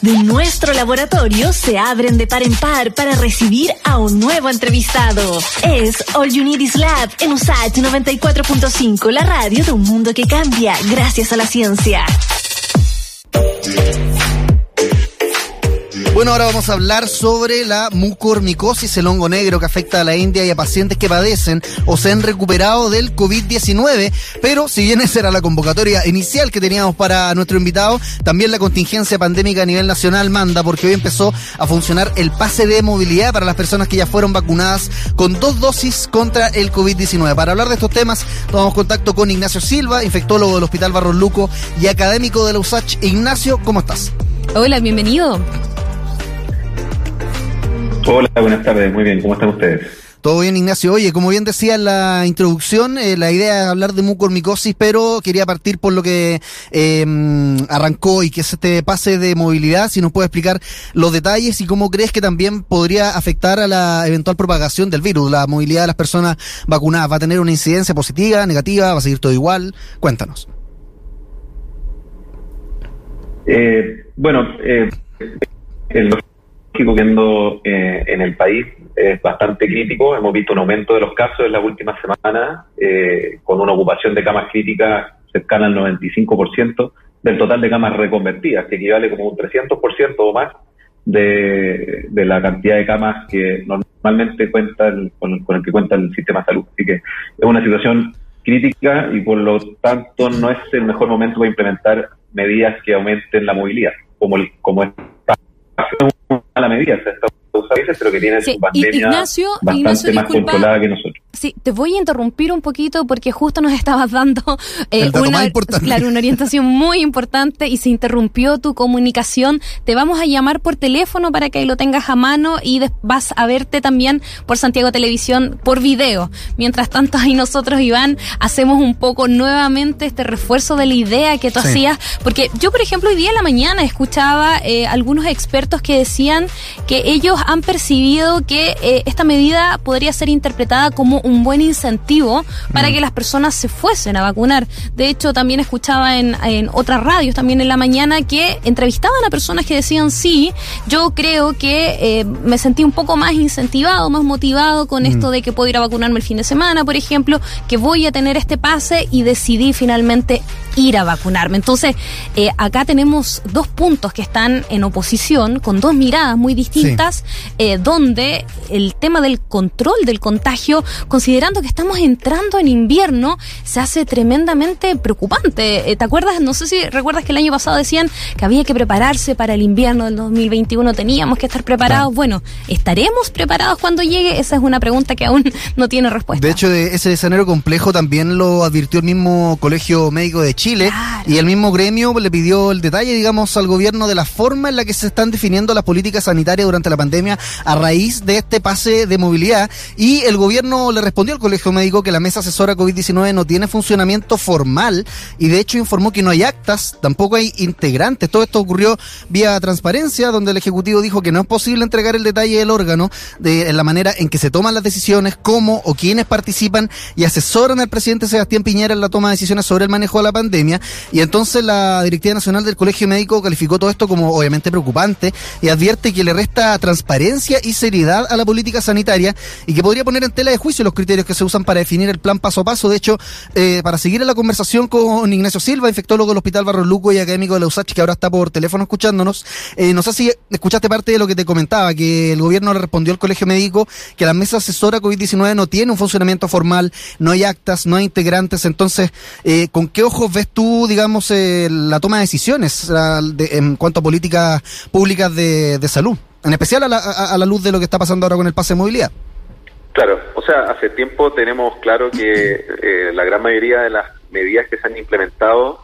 de nuestro laboratorio se abren de par en par para recibir a un nuevo entrevistado. Es All You Need Is Lab en USACH 94.5, la radio de un mundo que cambia gracias a la ciencia. Bueno, ahora vamos a hablar sobre la mucormicosis, el hongo negro que afecta a la India y a pacientes que padecen o se han recuperado del COVID-19. Pero si bien esa era la convocatoria inicial que teníamos para nuestro invitado, también la contingencia pandémica a nivel nacional manda, porque hoy empezó a funcionar el pase de movilidad para las personas que ya fueron vacunadas con 2 dosis contra el COVID-19. Para hablar de estos temas, tomamos contacto con Ignacio Silva, infectólogo del Hospital Barros Luco y académico de la USACH. Ignacio, ¿cómo estás? Hola, bienvenido. Hola, buenas tardes, muy bien, ¿cómo están ustedes? Todo bien, Ignacio. Oye, como bien decía en la introducción, la idea es hablar de mucormicosis, pero quería partir por lo que arrancó y que es este pase de movilidad. Si nos puede explicar los detalles y cómo crees que también podría afectar a la eventual propagación del virus, la movilidad de las personas vacunadas. ¿Va a tener una incidencia positiva, negativa? ¿Va a seguir todo igual? Cuéntanos. El viendo en el país es bastante crítico. Hemos visto un aumento de los casos en las últimas semanas, con una ocupación de camas críticas cercana al 95% del total de camas reconvertidas, que equivale como un 300% o más de la cantidad de camas que normalmente con el que cuenta el sistema de salud. Así que es una situación crítica y por lo tanto no es el mejor momento para implementar medidas que aumenten la movilidad, como esta mala medida, se está usando, pero que tiene su pandemia bastante más controlada que nosotros. Sí, te voy a interrumpir un poquito porque justo nos estabas dando una orientación muy importante y se interrumpió tu comunicación. Te vamos a llamar por teléfono para que lo tengas a mano y vas a verte también por Santiago Televisión por video. Mientras tanto, ahí nosotros, Iván, hacemos un poco nuevamente este refuerzo de la idea que tú hacías, porque yo, por ejemplo, hoy día en la mañana escuchaba algunos expertos que decían que ellos han percibido que esta medida podría ser interpretada como un buen incentivo para que las personas se fuesen a vacunar. De hecho, también escuchaba en otras radios también en la mañana que entrevistaban a personas que decían, sí, yo creo que me sentí un poco más incentivado, más motivado con esto de que puedo ir a vacunarme el fin de semana, por ejemplo, que voy a tener este pase y decidí finalmente ir a vacunarme. Entonces, acá tenemos 2 puntos que están en oposición, con 2 miradas muy distintas, donde el tema del control del contagio, considerando que estamos entrando en invierno, se hace tremendamente preocupante. ¿Te acuerdas? No sé si recuerdas que el año pasado decían que había que prepararse para el invierno del 2021, teníamos que estar preparados. Bueno, ¿estaremos preparados cuando llegue? Esa es una pregunta que aún no tiene respuesta. De hecho, ese escenario complejo también lo advirtió el mismo Colegio Médico de Chile, y el mismo gremio le pidió el detalle, digamos, al gobierno de la forma en la que se están definiendo las políticas sanitarias durante la pandemia a raíz de este pase de movilidad, y el gobierno le respondió al Colegio Médico que la mesa asesora COVID-19 no tiene funcionamiento formal y de hecho informó que no hay actas, tampoco hay integrantes. Todo esto ocurrió vía transparencia, donde el Ejecutivo dijo que no es posible entregar el detalle del órgano de la manera en que se toman las decisiones, cómo o quiénes participan y asesoran al presidente Sebastián Piñera en la toma de decisiones sobre el manejo de la pandemia. Y entonces la Directiva Nacional del Colegio Médico calificó todo esto como obviamente preocupante y advierte que le resta transparencia y seriedad a la política sanitaria y que podría poner en tela de juicio los criterios que se usan para definir el plan paso a paso. De hecho, para seguir en la conversación con Ignacio Silva, infectólogo del Hospital Barros Luco y académico de la USACH, que ahora está por teléfono escuchándonos, no sé si escuchaste parte de lo que te comentaba, que el gobierno le respondió al Colegio Médico que la mesa asesora COVID-19 no tiene un funcionamiento formal, no hay actas, no hay integrantes. Entonces, ¿con qué ojos ves tú, digamos, la toma de decisiones en cuanto a políticas públicas de salud? En especial a la luz de lo que está pasando ahora con el pase de movilidad. Claro, o sea, hace tiempo tenemos claro que la gran mayoría de las medidas que se han implementado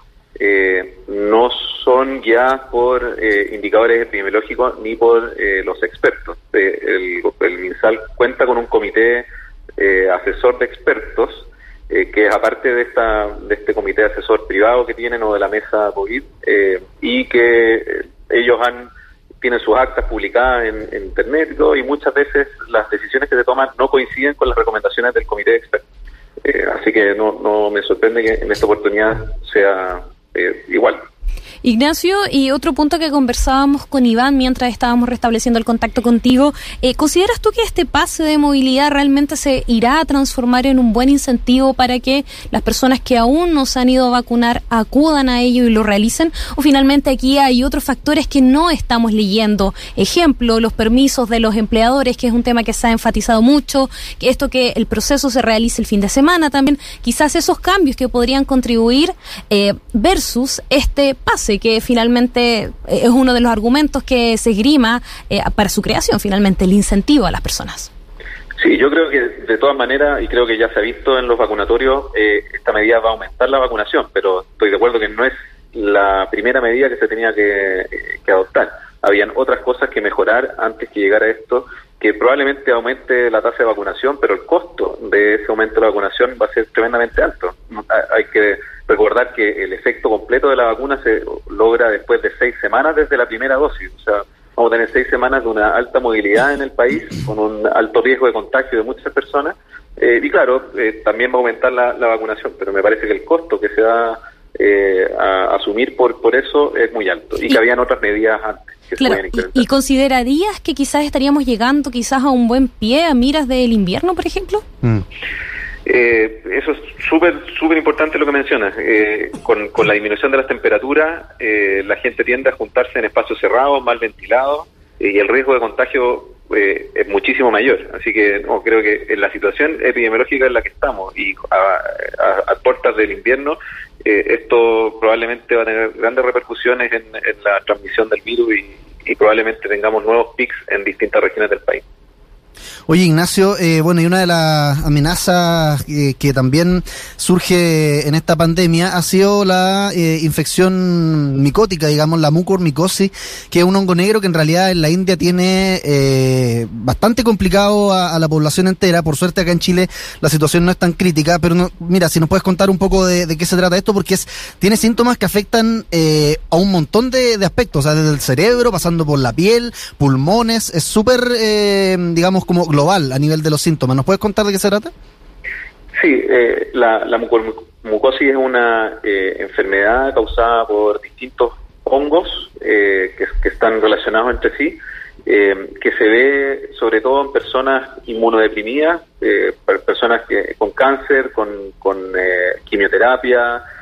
no son guiadas por indicadores epidemiológicos ni por los expertos. El MinSal cuenta con un comité asesor de expertos que es aparte de este comité asesor privado que tienen o de la mesa COVID y que ellos tienen sus actas publicadas en internet y todo, y muchas veces las decisiones que se toman no coinciden con las recomendaciones del comité de expertos. Así que no me sorprende que en esta oportunidad sea igual. Ignacio, y otro punto que conversábamos con Iván mientras estábamos restableciendo el contacto contigo, ¿consideras tú que este pase de movilidad realmente se irá a transformar en un buen incentivo para que las personas que aún no se han ido a vacunar acudan a ello y lo realicen? ¿O finalmente aquí hay otros factores que no estamos leyendo? Ejemplo, los permisos de los empleadores, que es un tema que se ha enfatizado mucho, que esto que el proceso se realice el fin de semana también, quizás esos cambios que podrían contribuir versus este pase, que finalmente es uno de los argumentos que se esgrima para su creación, finalmente, el incentivo a las personas. Sí, yo creo que de todas maneras, y creo que ya se ha visto en los vacunatorios, esta medida va a aumentar la vacunación, pero estoy de acuerdo que no es la primera medida que se tenía que adoptar. Habían otras cosas que mejorar antes que llegara a esto, que probablemente aumente la tasa de vacunación, pero el costo de ese aumento de la vacunación va a ser tremendamente alto. Hay que recordar que el efecto completo de la vacuna se logra después de 6 semanas desde la primera dosis. O sea, vamos a tener 6 semanas de una alta movilidad en el país, con un alto riesgo de contagio de muchas personas. Y claro, también va a aumentar la vacunación, pero me parece que el costo que se va a asumir por eso es muy alto. Y que habían otras medidas antes. Claro, ¿y considerarías que quizás estaríamos llegando quizás a un buen pie a miras del invierno, por ejemplo? Eso es súper importante lo que mencionas. Con la disminución de las temperaturas, la gente tiende a juntarse en espacios cerrados, mal ventilados, y el riesgo de contagio es muchísimo mayor. Así que creo que en la situación epidemiológica en la que estamos y a puertas del invierno, esto probablemente va a tener grandes repercusiones en la transmisión del virus y probablemente tengamos nuevos pics en distintas regiones del país. Oye, Ignacio, y una de las amenazas que también surge en esta pandemia ha sido la infección micótica, digamos, la mucormicosis, que es un hongo negro que en realidad en la India tiene bastante complicado a la población entera. Por suerte acá en Chile la situación no es tan crítica, pero mira, si nos puedes contar un poco de qué se trata esto, porque tiene síntomas que afectan a un montón de aspectos, o sea, desde el cerebro, pasando por la piel, pulmones, es súper, digamos, como global a nivel de los síntomas. ¿Nos puedes contar de qué se trata? Sí, la mucormicosis es una enfermedad causada por distintos hongos que están relacionados entre sí, que se ve sobre todo en personas inmunodeprimidas, personas con cáncer, con quimioterapia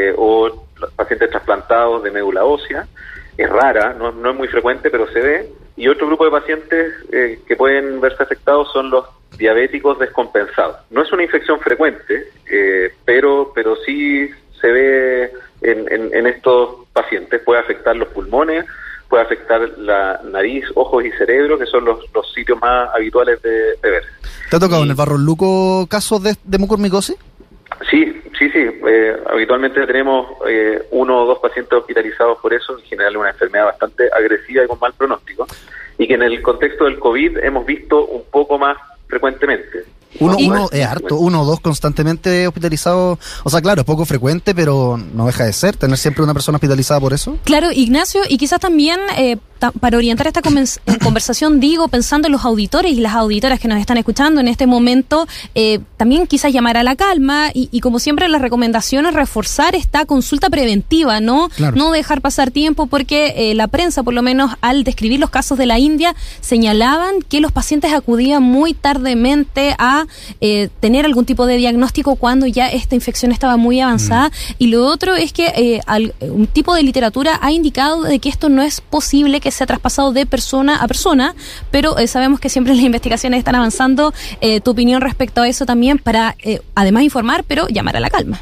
o pacientes trasplantados de médula ósea. Es rara, no es muy frecuente, pero se ve. Y otro grupo de pacientes que pueden verse afectados son los diabéticos descompensados. No es una infección frecuente, pero sí se ve en estos pacientes. Puede afectar los pulmones, puede afectar la nariz, ojos y cerebro, que son los sitios más habituales de ver. ¿Te ha tocado en el Barro Luco casos de mucormicosis? Sí. Habitualmente tenemos 1 o 2 pacientes hospitalizados por eso. En general es una enfermedad bastante agresiva y con mal pronóstico, y que en el contexto del COVID hemos visto un poco más frecuentemente. Uno es harto, 1 o 2 constantemente hospitalizados. O sea, claro, es poco frecuente, pero no deja de ser tener siempre una persona hospitalizada por eso. Claro, Ignacio, y quizás también para orientar esta conversación, pensando en los auditores y las auditoras que nos están escuchando en este momento, también quizás llamar a la calma y como siempre las recomendaciones, reforzar esta consulta preventiva, ¿no? Claro. No dejar pasar tiempo, porque la prensa, por lo menos al describir los casos de la India, señalaban que los pacientes acudían muy tardemente a tener algún tipo de diagnóstico cuando ya esta infección estaba muy avanzada. Y lo otro es que un tipo de literatura ha indicado de que esto no es posible que sea traspasado de persona a persona, pero sabemos que siempre las investigaciones están avanzando. Tu opinión respecto a eso también, para además informar, pero llamar a la calma.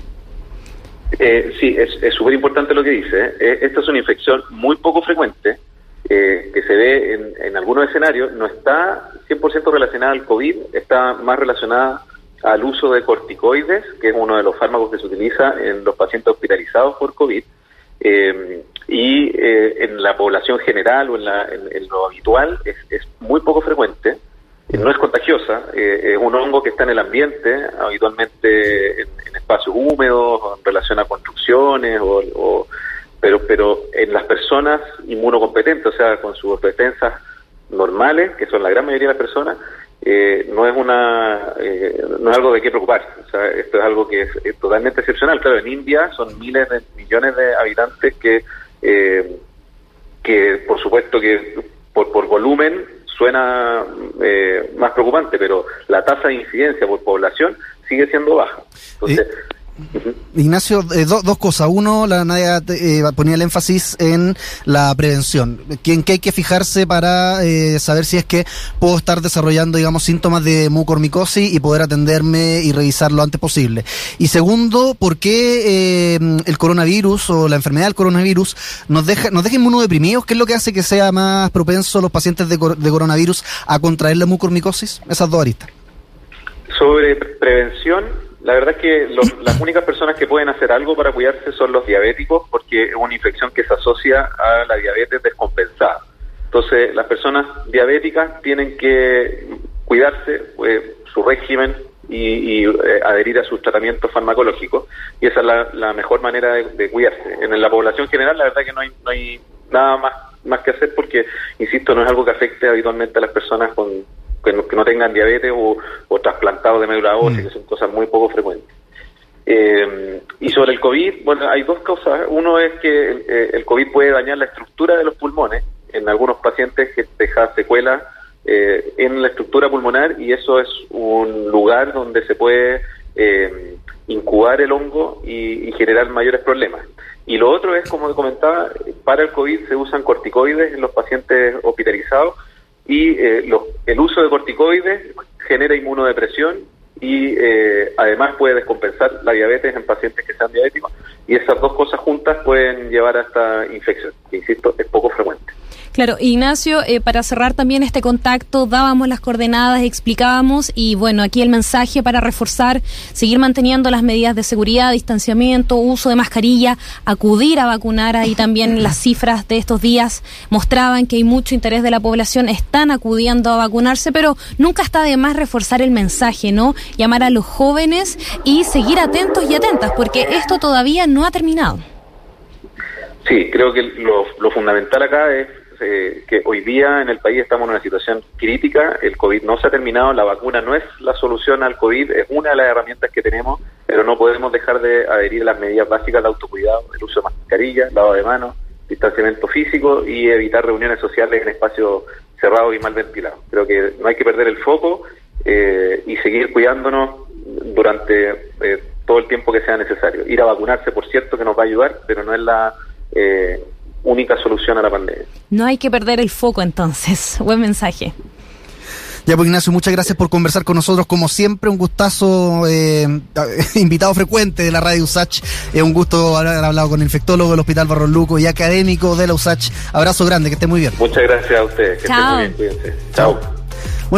Sí, es súper importante lo que dice. Esta es una infección muy poco frecuente, que se ve en algunos escenarios. No está 100% relacionada al COVID, está más relacionada al uso de corticoides, que es uno de los fármacos que se utiliza en los pacientes hospitalizados por COVID, y en la población general o en lo habitual es muy poco frecuente. No es contagiosa, es un hongo que está en el ambiente, habitualmente en espacios húmedos, en relación a construcciones, pero en las personas inmunocompetentes, o sea, con sus defensas normales, que son la gran mayoría de las personas, no es algo de qué preocuparse. O sea, esto es algo que es totalmente excepcional. Claro, en India son miles de millones de habitantes que que por supuesto que por volumen suena más preocupante, pero la tasa de incidencia por población sigue siendo baja. Entonces, Ignacio, dos cosas. Uno, la Nadia ponía el énfasis en la prevención. ¿En qué hay que fijarse para saber si es que puedo estar desarrollando, digamos, síntomas de mucormicosis y poder atenderme y revisar lo antes posible? Y segundo, ¿por qué el coronavirus o la enfermedad del coronavirus nos deja inmunodeprimidos? ¿Qué es lo que hace que sea más propenso los pacientes de coronavirus a contraer la mucormicosis? Esas dos aristas. Sobre prevención, la verdad es que las únicas personas que pueden hacer algo para cuidarse son los diabéticos, porque es una infección que se asocia a la diabetes descompensada. Entonces, las personas diabéticas tienen que cuidarse, su régimen y adherir a sus tratamientos farmacológicos, y esa es la mejor manera de cuidarse. En la población general, la verdad que no hay nada más que hacer, porque, insisto, no es algo que afecte habitualmente a las personas que no tengan diabetes o trasplantados de médula ósea, que son cosas muy poco frecuentes. Y sobre el COVID, bueno, hay dos cosas. Uno es que el COVID puede dañar la estructura de los pulmones en algunos pacientes, que deja secuelas en la estructura pulmonar, y eso es un lugar donde se puede incubar el hongo y generar mayores problemas. Y lo otro es, como comentaba, para el COVID se usan corticoides en los pacientes hospitalizados, y el uso de corticoides genera inmunodepresión y además puede descompensar la diabetes en pacientes que sean diabéticos, y esas dos cosas juntas pueden llevar a esta infección, que, insisto, es poco frecuente. Claro, Ignacio, para cerrar también este contacto, dábamos las coordenadas, explicábamos, y bueno, aquí el mensaje para reforzar: seguir manteniendo las medidas de seguridad, distanciamiento, uso de mascarilla, acudir a vacunar. Ahí también las cifras de estos días mostraban que hay mucho interés de la población, están acudiendo a vacunarse, pero nunca está de más reforzar el mensaje, ¿no? Llamar a los jóvenes y seguir atentos y atentas, porque esto todavía no ha terminado. Sí, creo que lo fundamental acá es que hoy día en el país estamos en una situación crítica. El COVID no se ha terminado, la vacuna no es la solución al COVID, es una de las herramientas que tenemos, pero no podemos dejar de adherir a las medidas básicas de autocuidado: el uso de mascarilla, lavado de manos, distanciamiento físico y evitar reuniones sociales en espacios cerrados y mal ventilados. Creo que no hay que perder el foco y seguir cuidándonos durante todo el tiempo que sea necesario. Ir a vacunarse, por cierto, que nos va a ayudar, pero no es la única solución a la pandemia. No hay que perder el foco, entonces. Buen mensaje. Ya, pues, Ignacio, muchas gracias por conversar con nosotros, como siempre. Un gustazo, invitado frecuente de la radio USACH. Es un gusto haber hablado con el infectólogo del Hospital Barros Luco y académico de la USACH. Abrazo grande, que esté muy bien. Muchas gracias a ustedes, que estén muy bien, cuídense. Chao.